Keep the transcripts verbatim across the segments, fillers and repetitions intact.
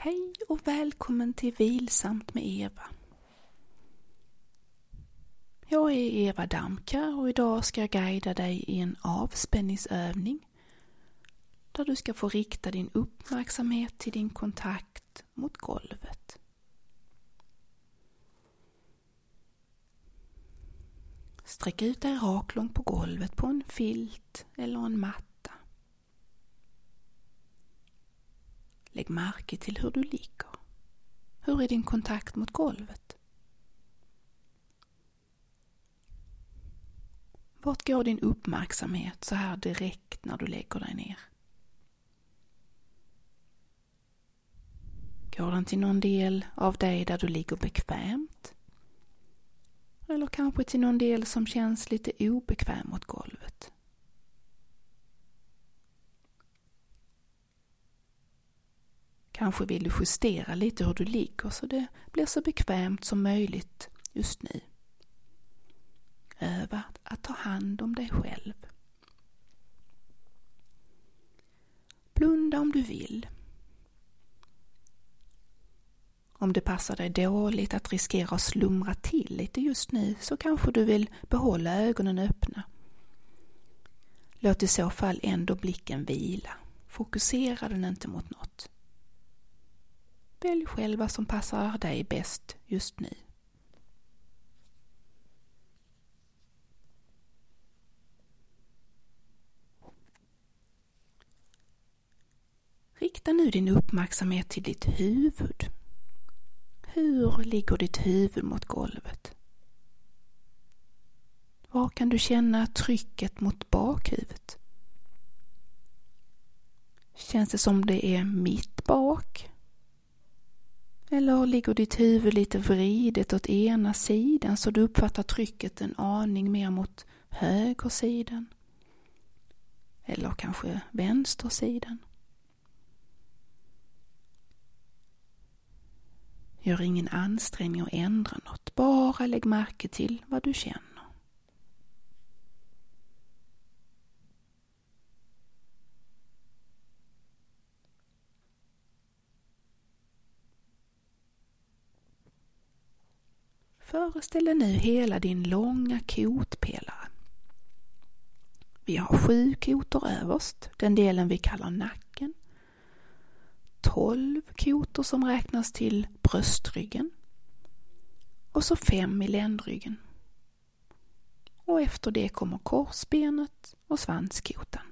Hej och välkommen till Vilsamt med Eva. Jag är Eva Damkar och idag ska jag guida dig i en avspänningsövning där du ska få rikta din uppmärksamhet till din kontakt mot golvet. Sträck ut dig raklång på golvet på en filt eller en matta. Lägg märke till hur du ligger. Hur är din kontakt mot golvet? Vart går din uppmärksamhet så här direkt när du lägger dig ner? Går den till någon del av dig där du ligger bekvämt? Eller kanske till någon del som känns lite obekväm mot golvet? Kanske vill du justera lite hur du ligger så det blir så bekvämt som möjligt just nu. Öva att ta hand om dig själv. Blunda om du vill. Om det passar dig dåligt att riskera att slumra till lite just nu så kanske du vill behålla ögonen öppna. Låt i så fall ändå blicken vila. Fokusera den inte mot något. Välj själv vad som passar dig bäst just nu. Rikta nu din uppmärksamhet till ditt huvud. Hur ligger ditt huvud mot golvet? Var kan du känna trycket mot bakhuvudet? Känns det som det är mitt bak? Eller ligger ditt huvud lite vridet åt ena sidan så du uppfattar trycket en aning mer mot höger sidan? Eller kanske vänster sidan? Gör ingen ansträngning att ändra något, bara lägg märke till vad du känner. Föreställ dig nu hela din långa kotpelare. Vi har sju kotor överst, den delen vi kallar nacken. Tolv kotor som räknas till bröstryggen. Och så fem i ländryggen. Och efter det kommer korsbenet och svanskotan.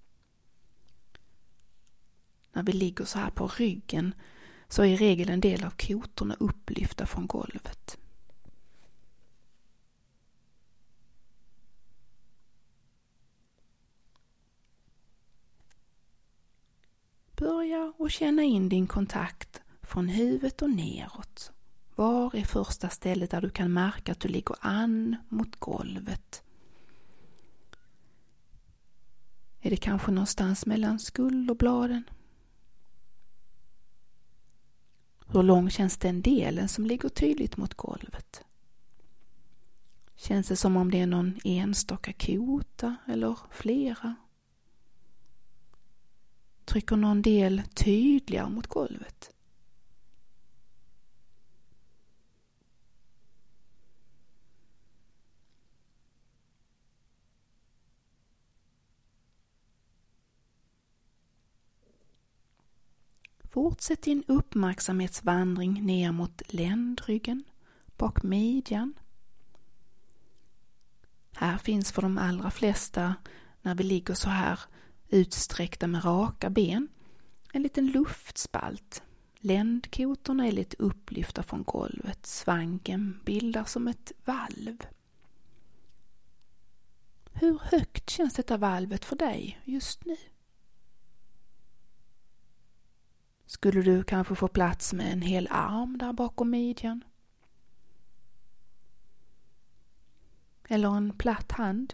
När vi ligger så här på ryggen så är i regel en del av kotorna upplyfta från golvet. Börja och känna in din kontakt från huvudet och neråt. Var är första stället där du kan märka att du ligger an mot golvet? Är det kanske någonstans mellan skulderbladen? Hur lång känns den delen som ligger tydligt mot golvet? Känns det som om det är någon enstaka kota eller flera? Trycker någon del tydligare mot golvet? Fortsätt din uppmärksamhetsvandring ner mot ländryggen, bak midjan. Här finns för de allra flesta, när vi ligger så här utsträckta med raka ben, en liten luftspalt. Ländkotorna är lite upplyfta från golvet. Svanken bildar som ett valv. Hur högt känns detta valvet för dig just nu? Skulle du kanske få plats med en hel arm där bakom midjan? Eller en platt hand?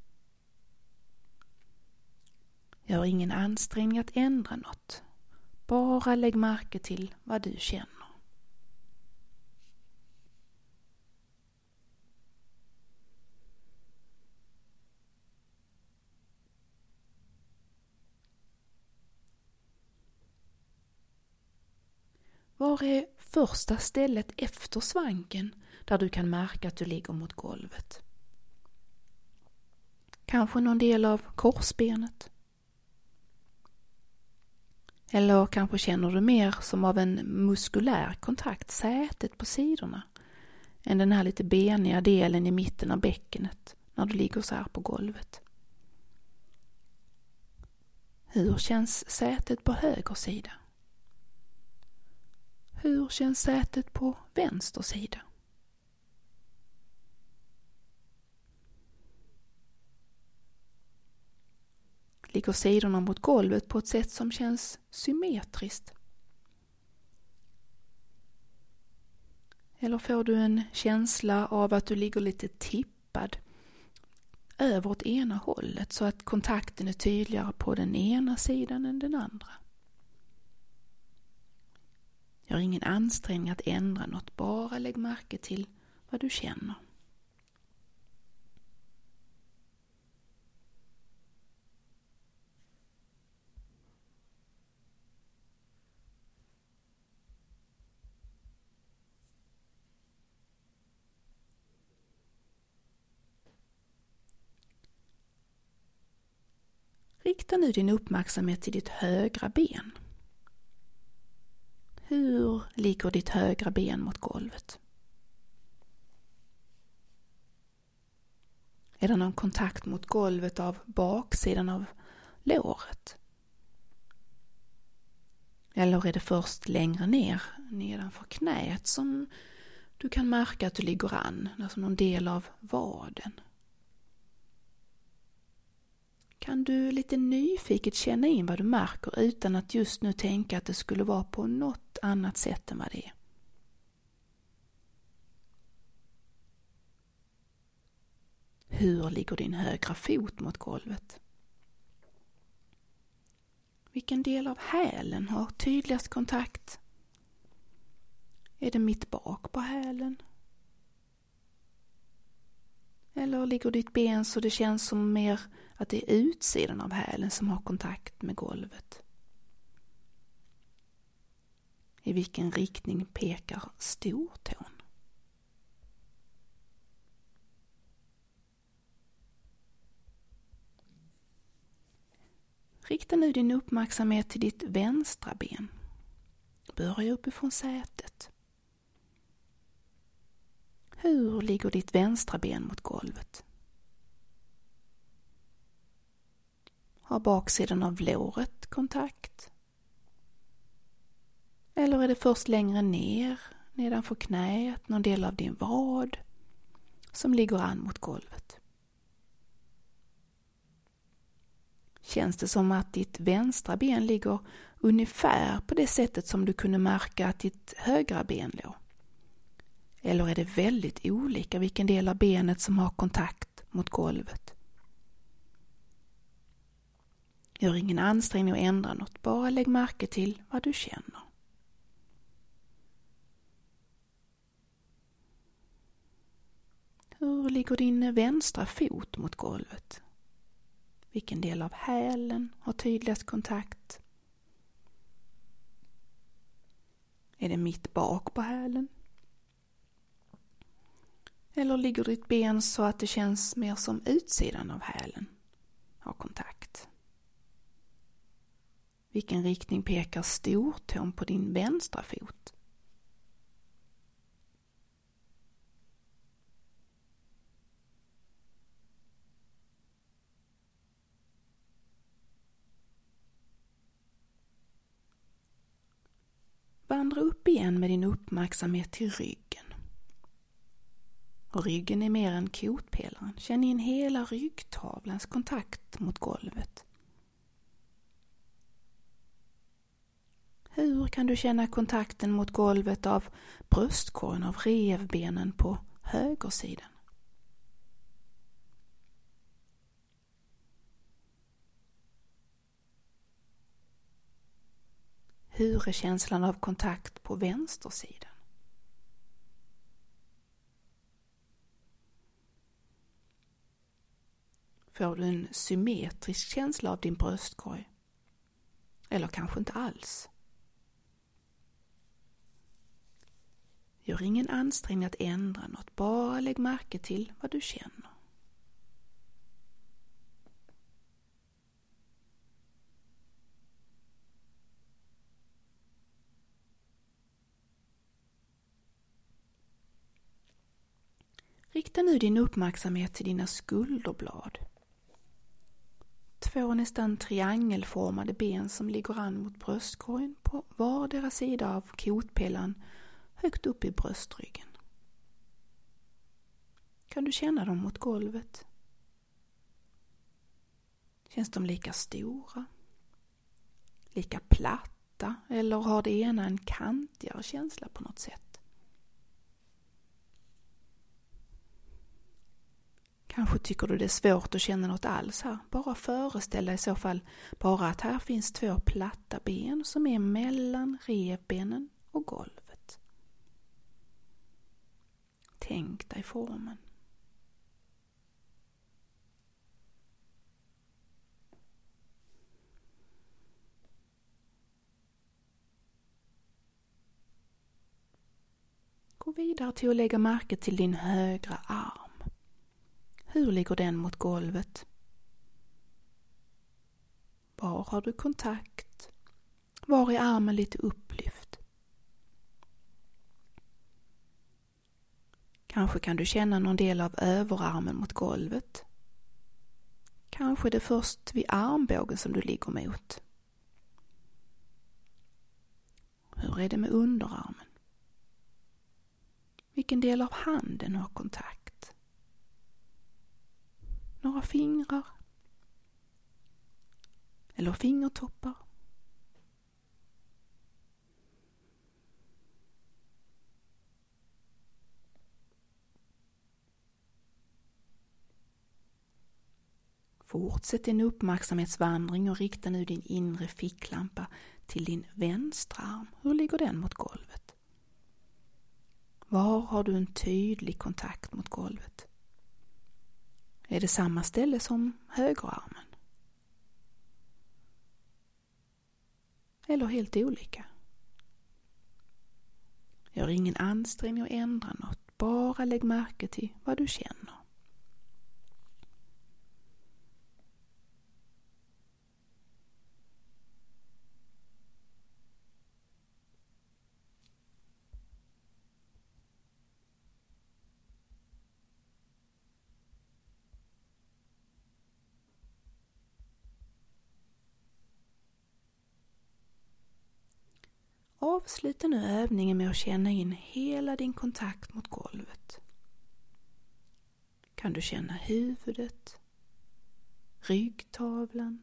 Gör ingen ansträngning att ändra något. Bara lägg märke till vad du känner. Var är första stället efter svanken där du kan märka att du ligger mot golvet? Kanske någon del av korsbenet? Eller kanske känner du mer som av en muskulär kontakt, sätet på sidorna, än den här lite beniga delen i mitten av bäckenet när du ligger så här på golvet. Hur känns sätet på höger sida? Hur känns sätet på vänster sida? Ligger sidorna mot golvet på ett sätt som känns symmetriskt? Eller får du en känsla av att du ligger lite tippad över åt ena hållet så att kontakten är tydligare på den ena sidan än den andra? Gör ingen ansträngning att ändra något, bara lägg märke till vad du känner. Rikta nu din uppmärksamhet till ditt högra ben. Hur ligger ditt högra ben mot golvet? Är det någon kontakt mot golvet av baksidan av låret? Eller är det först längre ner, nedanför knät, som du kan märka att du ligger an, alltså någon del av vaden? Kan du lite nyfiket känna in vad du märker utan att just nu tänka att det skulle vara på något annat sätt än vad det är? Hur ligger din högra fot mot golvet? Vilken del av hälen har tydligast kontakt? Är det mitt bak på hälen? Eller ligger ditt ben så det känns som mer att det är utsidan av hälen som har kontakt med golvet? I vilken riktning pekar stortån? Rikta nu din uppmärksamhet till ditt vänstra ben. Börja uppifrån sätet. Hur ligger ditt vänstra ben mot golvet? Har baksidan av låret kontakt? Eller är det först längre ner, nedanför knät, någon del av din vad som ligger an mot golvet? Känns det som att ditt vänstra ben ligger ungefär på det sättet som du kunde märka att ditt högra ben låg? Eller är det väldigt olika vilken del av benet som har kontakt mot golvet? Gör ingen ansträngning att ändra något, bara lägg märke till vad du känner. Hur ligger din vänstra fot mot golvet? Vilken del av hälen har tydligast kontakt? Är det mitt bak på hälen? Eller ligger ditt ben så att det känns mer som utsidan av hälen har kontakt? Vilken riktning pekar stortån på din vänstra fot? Vandra upp igen med din uppmärksamhet till ryggen. Och ryggen är mer än kotpelaren. Känn in hela ryggtavlans kontakt mot golvet. Hur kan du känna kontakten mot golvet av bröstkorgen, av revbenen på högersidan? Hur är känslan av kontakt på vänstersidan? Får du en symmetrisk känsla av din bröstkorg? Eller kanske inte alls? Gör ingen ansträngning att ändra något, bara lägg märke till vad du känner. Rikta nu din uppmärksamhet till dina skulderblad. Två nästan triangelformade ben som ligger an mot bröstkorgen på vardera sida av kotpelaren högt upp i bröstryggen. Kan du känna dem mot golvet? Känns de lika stora? Lika platta? Eller har det ena en kantigare känsla på något sätt? Kanske tycker du det är svårt att känna något alls här. Bara föreställ dig i så fall bara att här finns två platta ben som är mellan revbenen och golvet. Tänk dig formen. Gå vidare till att lägga märke till din högra arm. Hur ligger den mot golvet? Var har du kontakt? Var är armen lite upplyft? Kanske kan du känna någon del av överarmen mot golvet. Kanske är det först vid armbågen som du ligger mot. Hur är det med underarmen? Vilken del av handen har kontakt? Några fingrar eller fingertoppar. Fortsätt din uppmärksamhetsvandring och rikta nu din inre ficklampa till din vänstra arm. Hur ligger den mot golvet? Var har du en tydlig kontakt mot golvet? Är det samma ställe som högerarmen? Eller helt olika? Gör ingen ansträngning att ändra något. Bara lägg märke till vad du känner. Avsluta nu övningen med att känna in hela din kontakt mot golvet. Kan du känna huvudet, ryggtavlan,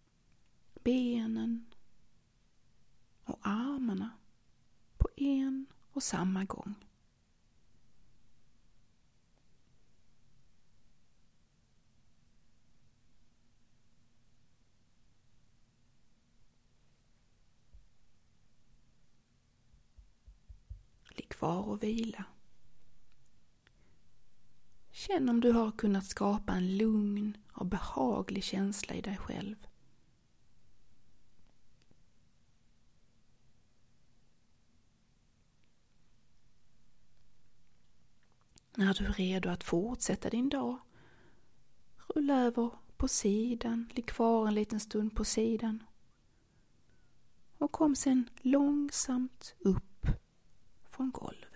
benen och armarna på en och samma gång? Ligg kvar och vila. Känn om du har kunnat skapa en lugn och behaglig känsla i dig själv. När du är redo att fortsätta din dag, rulla över på sidan, ligg kvar en liten stund på sidan och kom sen långsamt upp från golvet.